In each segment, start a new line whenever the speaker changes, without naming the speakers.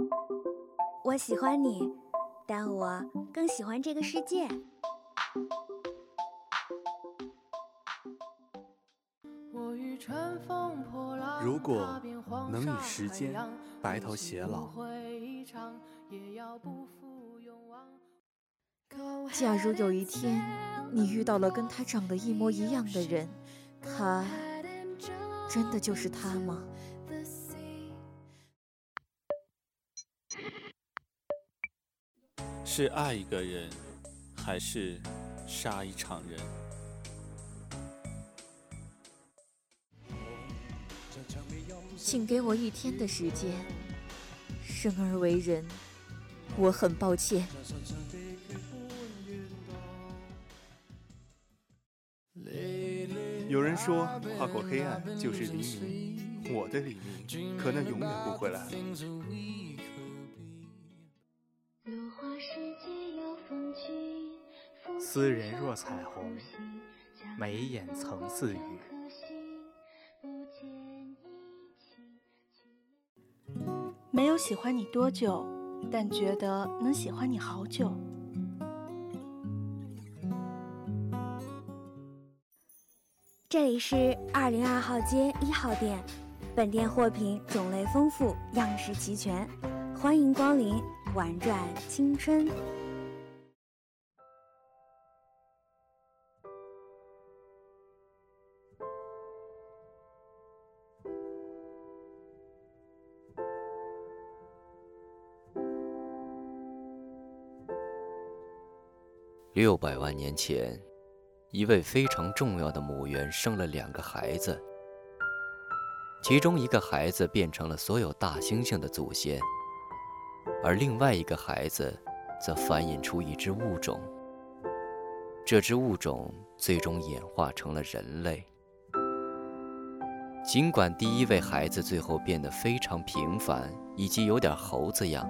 我喜欢你，但我更喜欢这个世界。
如果能与时间白头偕老，
假如有一天你遇到了跟他长得一模一样的人，他真的就是他吗？
是爱一个人，还是杀一场人？
请给我1天的时间。生而为人，我很抱歉。
有人说，跨过黑暗就是黎明，我的黎明可能永远不会来了。
斯人若彩虹，眉眼曾似雨。
没有喜欢你多久，但觉得能喜欢你好久。
这里是202号街1号店，本店货品种类丰富，样式齐全，欢迎光临，玩转青春。
600万年前，一位非常重要的母猿生了2个孩子，其中一个孩子变成了所有大猩猩的祖先，而另外一个孩子则繁衍出一只物种，这只物种最终演化成了人类。尽管第1位孩子最后变得非常平凡，以及有点猴子样，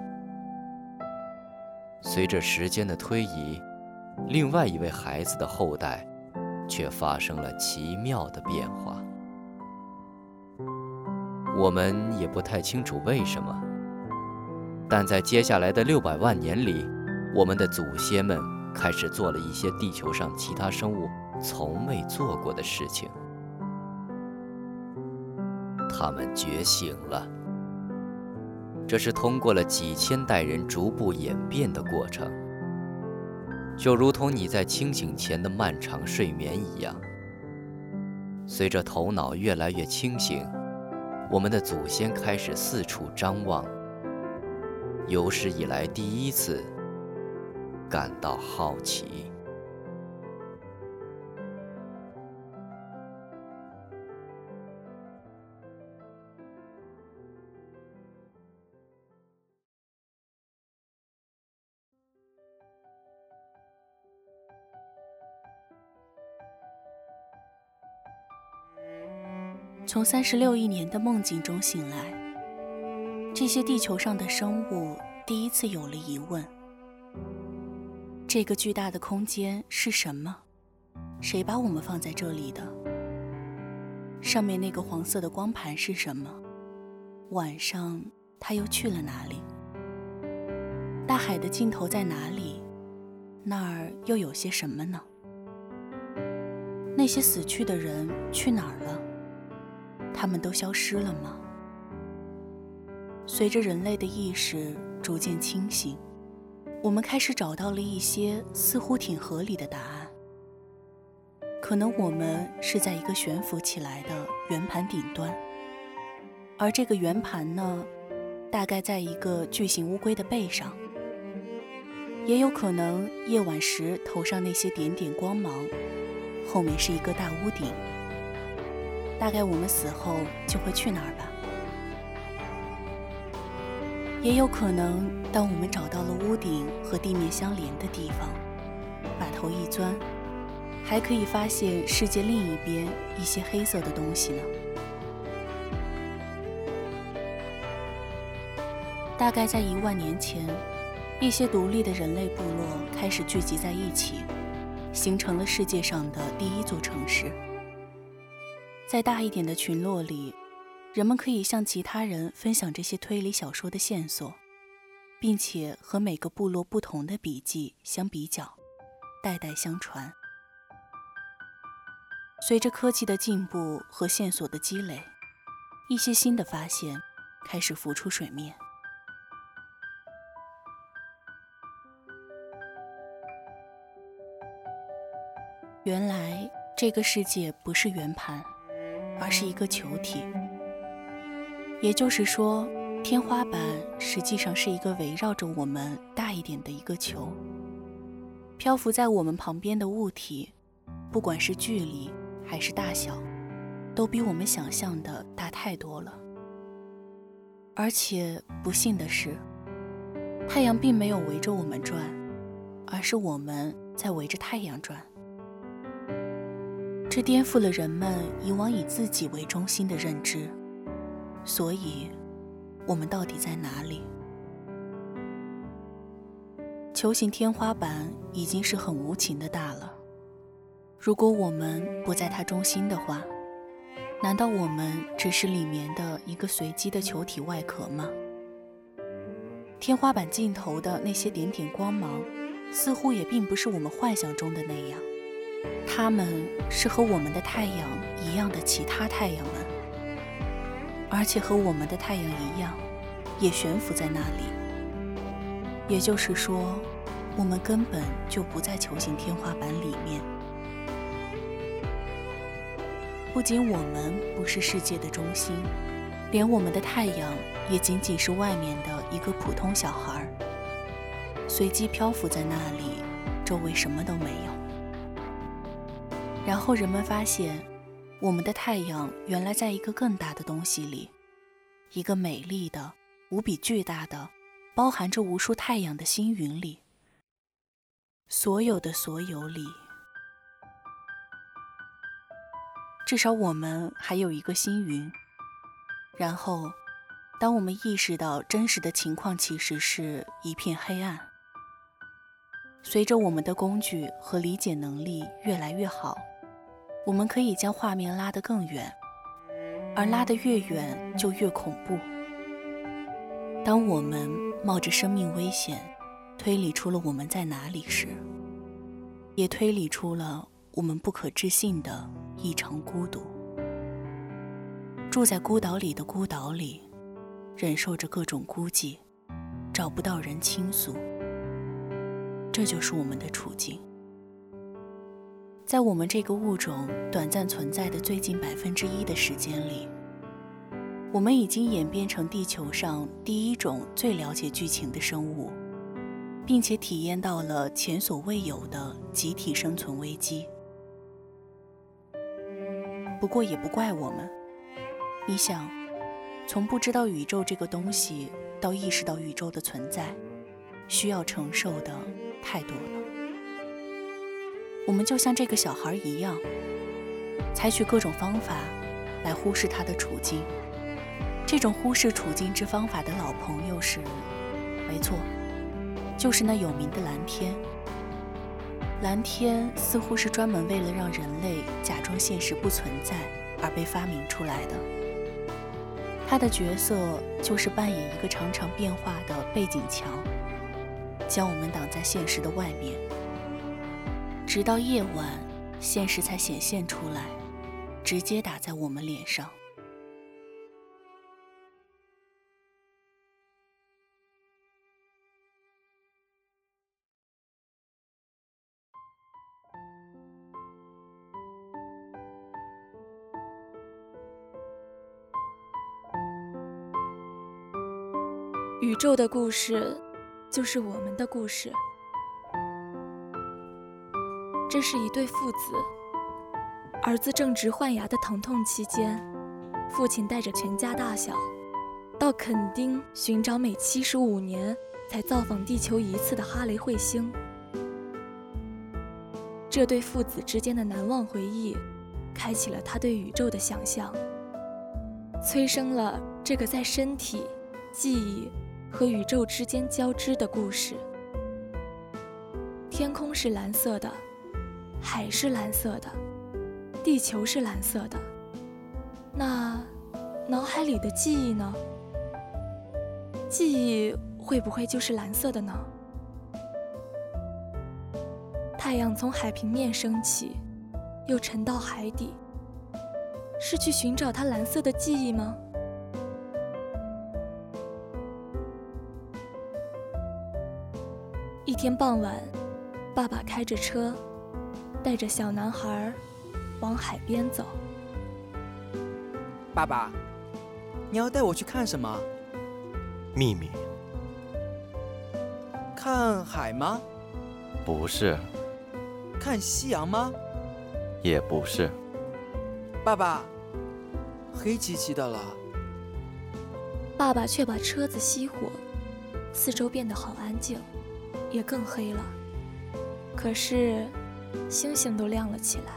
随着时间的推移，另外一位孩子的后代却发生了奇妙的变化。我们也不太清楚为什么，但在接下来的600万年里，我们的祖先们开始做了一些地球上其他生物从未做过的事情。他们觉醒了，这是通过了几千代人逐步演变的过程。就如同你在清醒前的漫长睡眠一样，随着头脑越来越清醒，我们的祖先开始四处张望，有史以来第一次感到好奇。
从36亿年的梦境中醒来，这些地球上的生物第一次有了疑问：这个巨大的空间是什么？谁把我们放在这里的？上面那个黄色的光盘是什么？晚上它又去了哪里？大海的尽头在哪里？那儿又有些什么呢？那些死去的人去哪儿了？他们都消失了吗？随着人类的意识逐渐清醒，我们开始找到了一些似乎挺合理的答案。可能我们是在一个悬浮起来的圆盘顶端，而这个圆盘呢，大概在一个巨型乌龟的背上。也有可能夜晚时头上那些点点光芒，后面是一个大屋顶。大概我们死后就会去哪儿吧。也有可能，当我们找到了屋顶和地面相连的地方，把头一钻，还可以发现世界另一边一些黑色的东西呢。大概在1万年前，一些独立的人类部落开始聚集在一起，形成了世界上的第1座城市。在大一点的群落里，人们可以向其他人分享这些推理小说的线索， 并且和每个部落不同的笔记相比较，代代相传。随着科技的进步和线索的积累，一些新的发现开始浮出水面。原来这个世界不是圆盘，而是一个球体。也就是说，天花板实际上是一个围绕着我们大一点的一个球。漂浮在我们旁边的物体，不管是距离还是大小，都比我们想象的大太多了。而且不幸的是，太阳并没有围着我们转，而是我们在围着太阳转。这颠覆了人们以往以自己为中心的认知。所以，我们到底在哪里？球形天花板已经是很无情的大了。如果我们不在它中心的话，难道我们只是里面的一个随机的球体外壳吗？天花板尽头的那些点点光芒，似乎也并不是我们幻想中的那样。它们是和我们的太阳一样的其他太阳们，而且和我们的太阳一样，也悬浮在那里。也就是说，我们根本就不在球形天花板里面。不仅我们不是世界的中心，连我们的太阳也仅仅是外面的一个普通小孩，随机漂浮在那里，周围什么都没有。然后人们发现，我们的太阳原来在一个更大的东西里，一个美丽的、无比巨大的、包含着无数太阳的星云里。所有的所有里，至少我们还有一个星云。然后，当我们意识到真实的情况其实是一片黑暗，随着我们的工具和理解能力越来越好，我们可以将画面拉得更远，而拉得越远就越恐怖。当我们冒着生命危险推理出了我们在哪里时，也推理出了我们不可置信的异常孤独。住在孤岛里的孤岛里，忍受着各种孤寂，找不到人倾诉。这就是我们的处境。在我们这个物种短暂存在的最近1%的时间里，我们已经演变成地球上第一种最了解剧情的生物，并且体验到了前所未有的集体生存危机。不过也不怪我们，你想，从不知道宇宙这个东西到意识到宇宙的存在，需要承受的太多了。我们就像这个小孩一样，采取各种方法来忽视他的处境。这种忽视处境之方法的老朋友是，没错，就是那有名的蓝天。蓝天似乎是专门为了让人类假装现实不存在而被发明出来的。他的角色就是扮演一个常常变化的背景墙，将我们挡在现实的外面，直到夜晚，现实才显现出来，直接打在我们脸上。
宇宙的故事就是我们的故事。这是一对父子，儿子正值患牙的疼痛期间，父亲带着全家大小到垦丁寻找每75年才造访地球一次的哈雷彗星。这对父子之间的难忘回忆，开启了他对宇宙的想象，催生了这个在身体、记忆和宇宙之间交织的故事。天空是蓝色的，海是蓝色的，地球是蓝色的。那脑海里的记忆呢？记忆会不会就是蓝色的呢？太阳从海平面升起，又沉到海底，是去寻找它蓝色的记忆吗？一天傍晚，爸爸开着车，带着小男孩往海边走。
爸爸，你要带我去看什么？
秘密。
看海吗？
不是，
看夕阳吗？
也不是。
爸爸，黑漆漆的了。
爸爸却把车子熄火，四周变得好安静，也更黑了。可是，星星都亮了起来。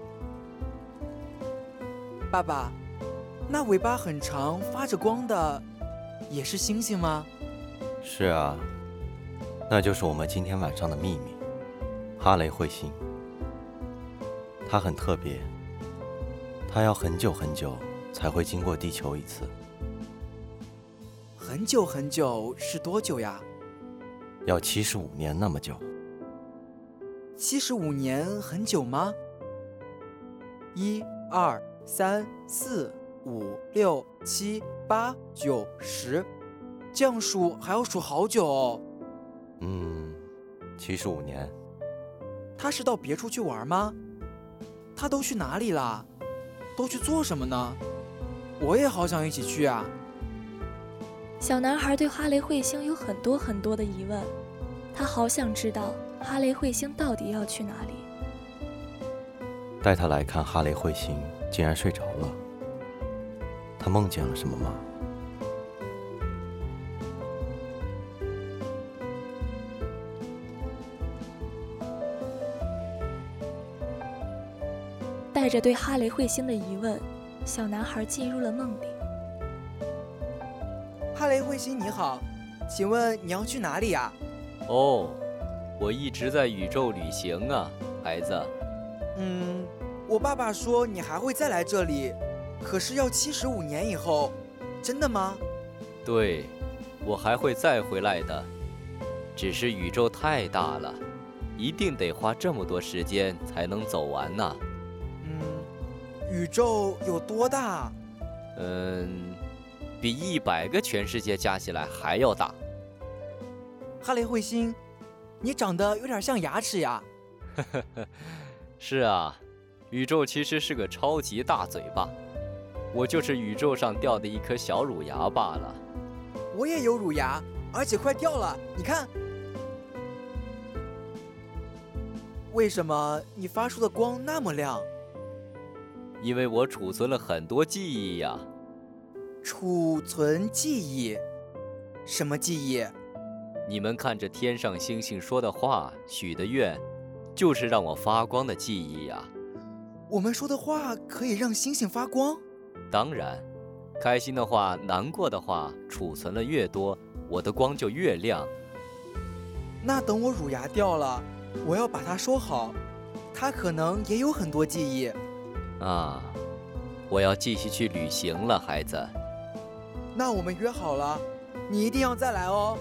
爸爸，那尾巴很长、发着光的，也是星星吗？
是啊，那就是我们今天晚上的秘密——哈雷彗星。它很特别，它要很久很久才会经过地球一次。
很久很久是多久呀？
要75年那么久。
75年很久吗？1、2、3、4、5、6、7、8、9、10，这样数还要数好久哦。
75年。
他是到别处去玩吗？他都去哪里了？都去做什么呢？我也好想一起去啊。
小男孩对哈雷彗星有很多很多的疑问，他好想知道哈雷彗星到底要去哪里。
带他来看哈雷彗星，竟然睡着了。他梦见了什么吗？
带着对哈雷彗星的疑问，小男孩进入了梦里。
哈雷彗星你好，请问你要去哪里呀？
哦，我一直在宇宙旅行啊，孩子。
我爸爸说你还会再来这里，可是要75年以后，真的吗？
对，我还会再回来的，只是宇宙太大了，一定得花这么多时间才能走完呢。
宇宙有多大？
比100个全世界加起来还要大。
哈雷彗星，你长得有点像牙齿呀。
是啊，宇宙其实是个超级大嘴巴，我就是宇宙上掉的一颗小乳牙罢了。
我也有乳牙，而且快掉了，你看。为什么你发出的光那么亮？
因为我储存了很多记忆呀。
储存记忆？什么记忆？
你们看着天上星星说的话、许的愿，就是让我发光的记忆呀。
我们说的话可以让星星发光？
当然，开心的话、难过的话，储存了越多，我的光就越亮。
那等我乳牙掉了，我要把它收好，它可能也有很多记忆。
啊，我要继续去旅行了，孩子。
那我们约好了，你一定要再来哦。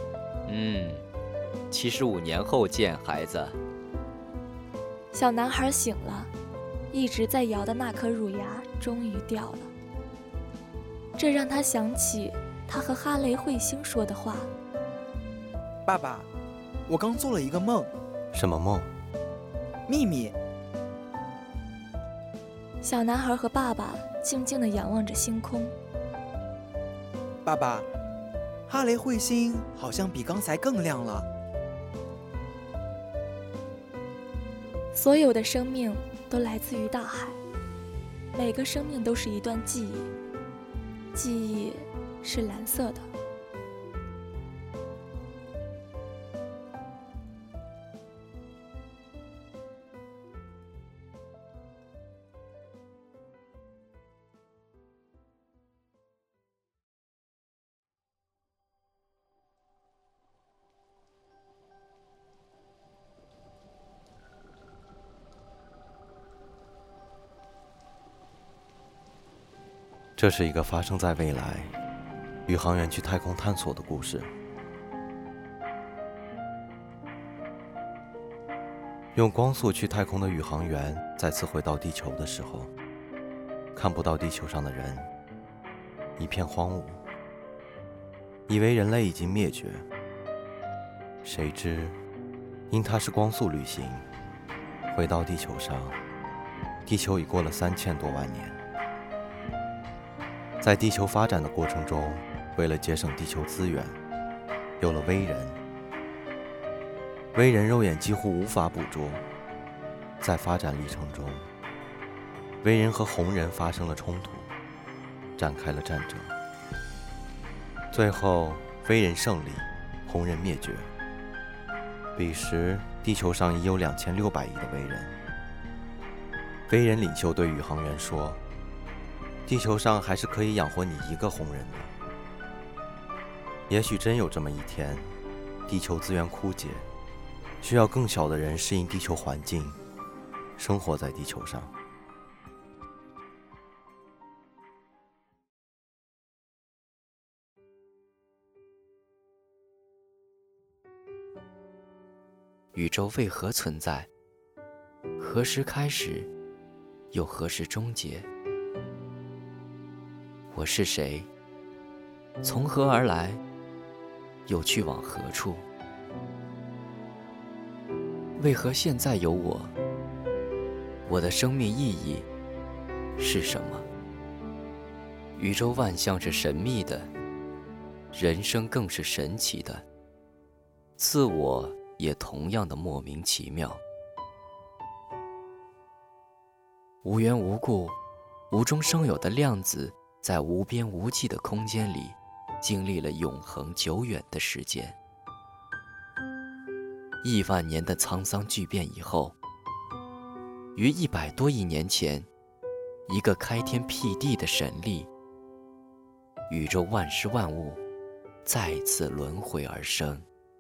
75年后见，孩子。
小男孩醒了，一直在摇的那颗乳牙终于掉了。这让他想起他和哈雷彗星说的话。
爸爸，我刚做了一个梦。
什么梦？
秘密。
小男孩和爸爸静静地仰望着星空。
爸爸，哈雷彗星好像比刚才更亮了。
所有的生命都来自于大海，每个生命都是一段记忆，记忆是蓝色的。
这是一个发生在未来，宇航员去太空探索的故事。 用光速去太空的宇航员再次回到地球的时候，看不到地球上的人，一片荒芜，以为人类已经灭绝。谁知，因它是光速旅行，回到地球上，地球已过了3000多万年。在地球发展的过程中，为了节省地球资源，有了微人。微人肉眼几乎无法捕捉，在发展历程中，微人和红人发生了冲突，展开了战争。最后，微人胜利，红人灭绝。彼时，地球上已有2600亿的微人。微人领袖对宇航员说：“地球上还是可以养活你一个红人的。”也许真有这么一天，地球资源枯竭，需要更小的人适应地球环境，生活在地球上。
宇宙为何存在？何时开始，又何时终结？我是谁？从何而来？又去往何处？为何现在有我？我的生命意义是什么？宇宙万象是神秘的，人生更是神奇的，自我也同样的莫名其妙。无缘无故、无中生有的量子，在无边无际的空间里，经历了永恒久远的时间。亿万年的沧桑巨变以后，于100多亿年前，一个开天辟地的神力，宇宙万事万物再次轮回而生。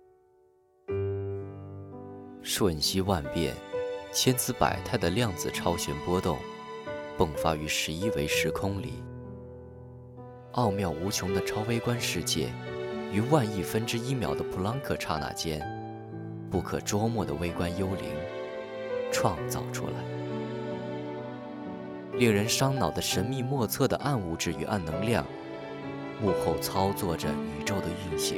瞬息万变、千姿百态的量子超弦波动迸发于11维时空里，奥妙无穷的超微观世界于万亿分之1秒的普朗克刹那间，不可捉摸的微观幽灵创造出来。令人伤脑的神秘莫测的暗物质与暗能量，幕后操作着宇宙的运行。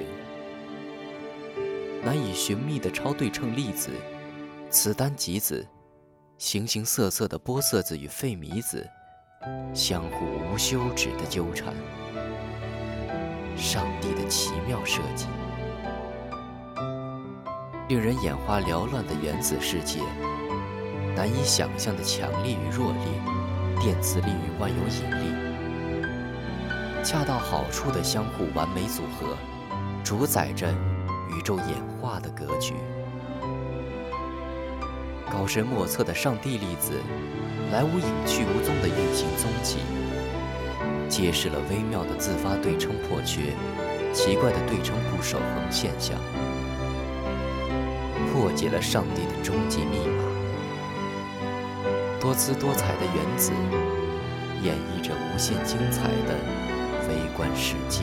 难以寻觅的超对称粒子、磁单极子、形形色色的玻色子与费米子，相互无休止的纠缠。上帝的奇妙设计，令人眼花缭乱的原子世界，难以想象的强力与弱力、电磁力与万有引力，恰到好处的相互完美组合，主宰着宇宙演化的格局。高深莫测的上帝粒子，来无影去无踪的运行踪迹，揭示了微妙的自发对称破缺、奇怪的对称不守恒现象，破解了上帝的终极密码。多姿多彩的原子，演绎着无限精彩的微观世界。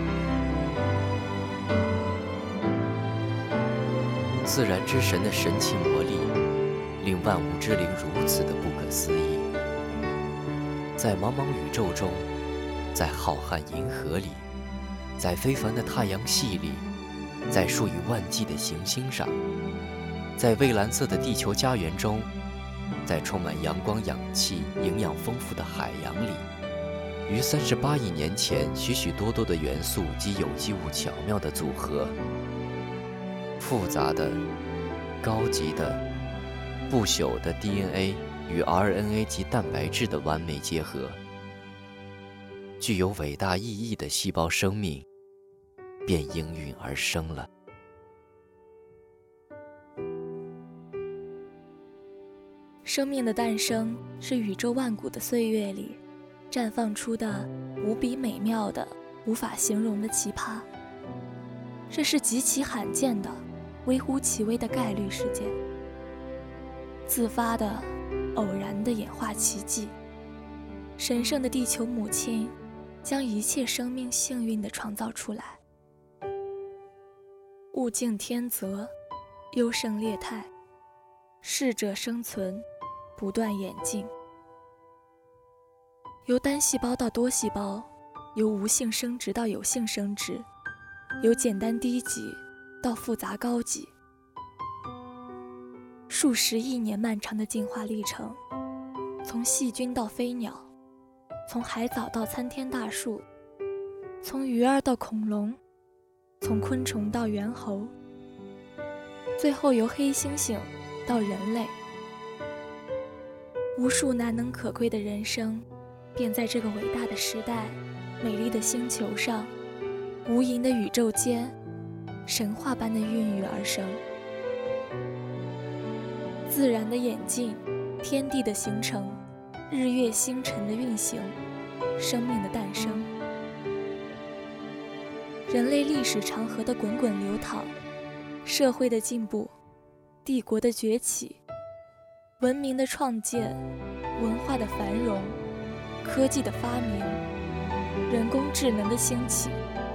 自然之神的神奇魔力，令万物之灵如此的不可思议。在茫茫宇宙中，在浩瀚银河里，在非凡的太阳系里，在数以万计的行星上，在蔚蓝色的地球家园中，在充满阳光、氧气、营养丰富的海洋里，于38亿年前，许许多多的元素及有机物巧妙的组合，复杂的、高级的、不朽的 DNA 与 RNA 及蛋白质的完美结合，具有伟大意义的细胞生命便应运而生了。
生命的诞生是宇宙万古的岁月里绽放出的无比美妙的、无法形容的奇葩。这是极其罕见的、微乎其微的概率事件，自发的、偶然的演化奇迹。神圣的地球母亲将一切生命幸运地创造出来。物竞天择，优胜劣汰， 适者生存，不断演进。由单细胞到多细胞，由无性生殖到有性生殖，由简单低级到复杂高级。数十亿年漫长的进化历程，从细菌到飞鸟，从海藻到参天大树，从鱼儿到恐龙，从昆虫到猿猴，最后由黑猩猩到人类。无数难能可贵的人生，便在这个伟大的时代、美丽的星球上、无垠的宇宙间，神话般的孕育而生。自然的演进，天地的形成，日月星辰的运行，生命的诞生，人类历史长河的滚滚流淌，社会的进步，帝国的崛起，文明的创建，文化的繁荣，科技的发明，人工智能的兴起，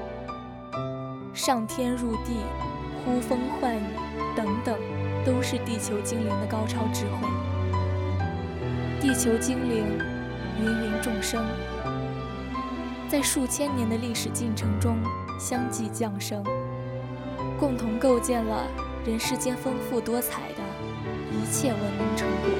上天入地，呼风唤雨等等，都是地球精灵的高超智慧。地球精灵芸芸众生，在数千年的历史进程中相继降生，共同构建了人世间丰富多彩的一切文明成果。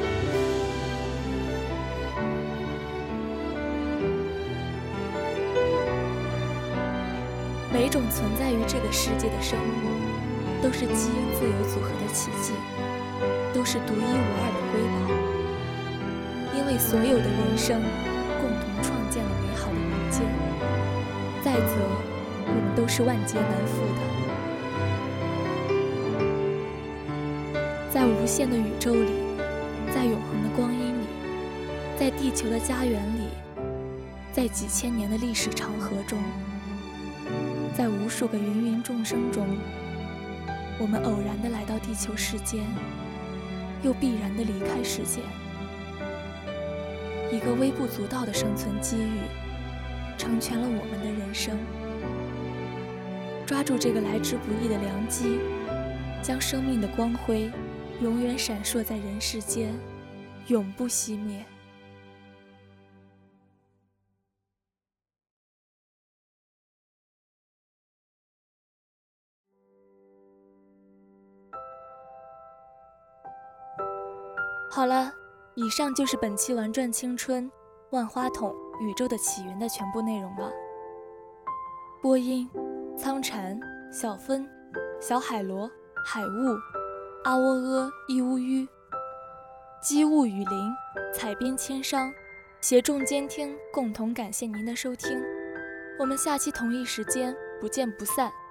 每种存在于这个世界的生物，都是基因自由组合的奇迹，都是独一无二的瑰宝。因为所有的人生共同创建了美好的人间，再则我们都是万劫难复的。在无限的宇宙里，在永恒的光阴里，在地球的家园里，在几千年的历史长河中，在无数个芸芸众生中，我们偶然地来到地球世间，又必然地离开世间。一个微不足道的生存机遇，成全了我们的人生。抓住这个来之不易的良机，将生命的光辉永远闪烁在人世间，永不熄灭。好了，以上就是本期《玩转青春》万花筒宇宙的起源的全部内容了。播音：苍蝉、小芬、小海螺、海雾、阿窝阿、义乌吁、机务雨林、采编千商，协众监听，共同感谢您的收听。我们下期同一时间不见不散。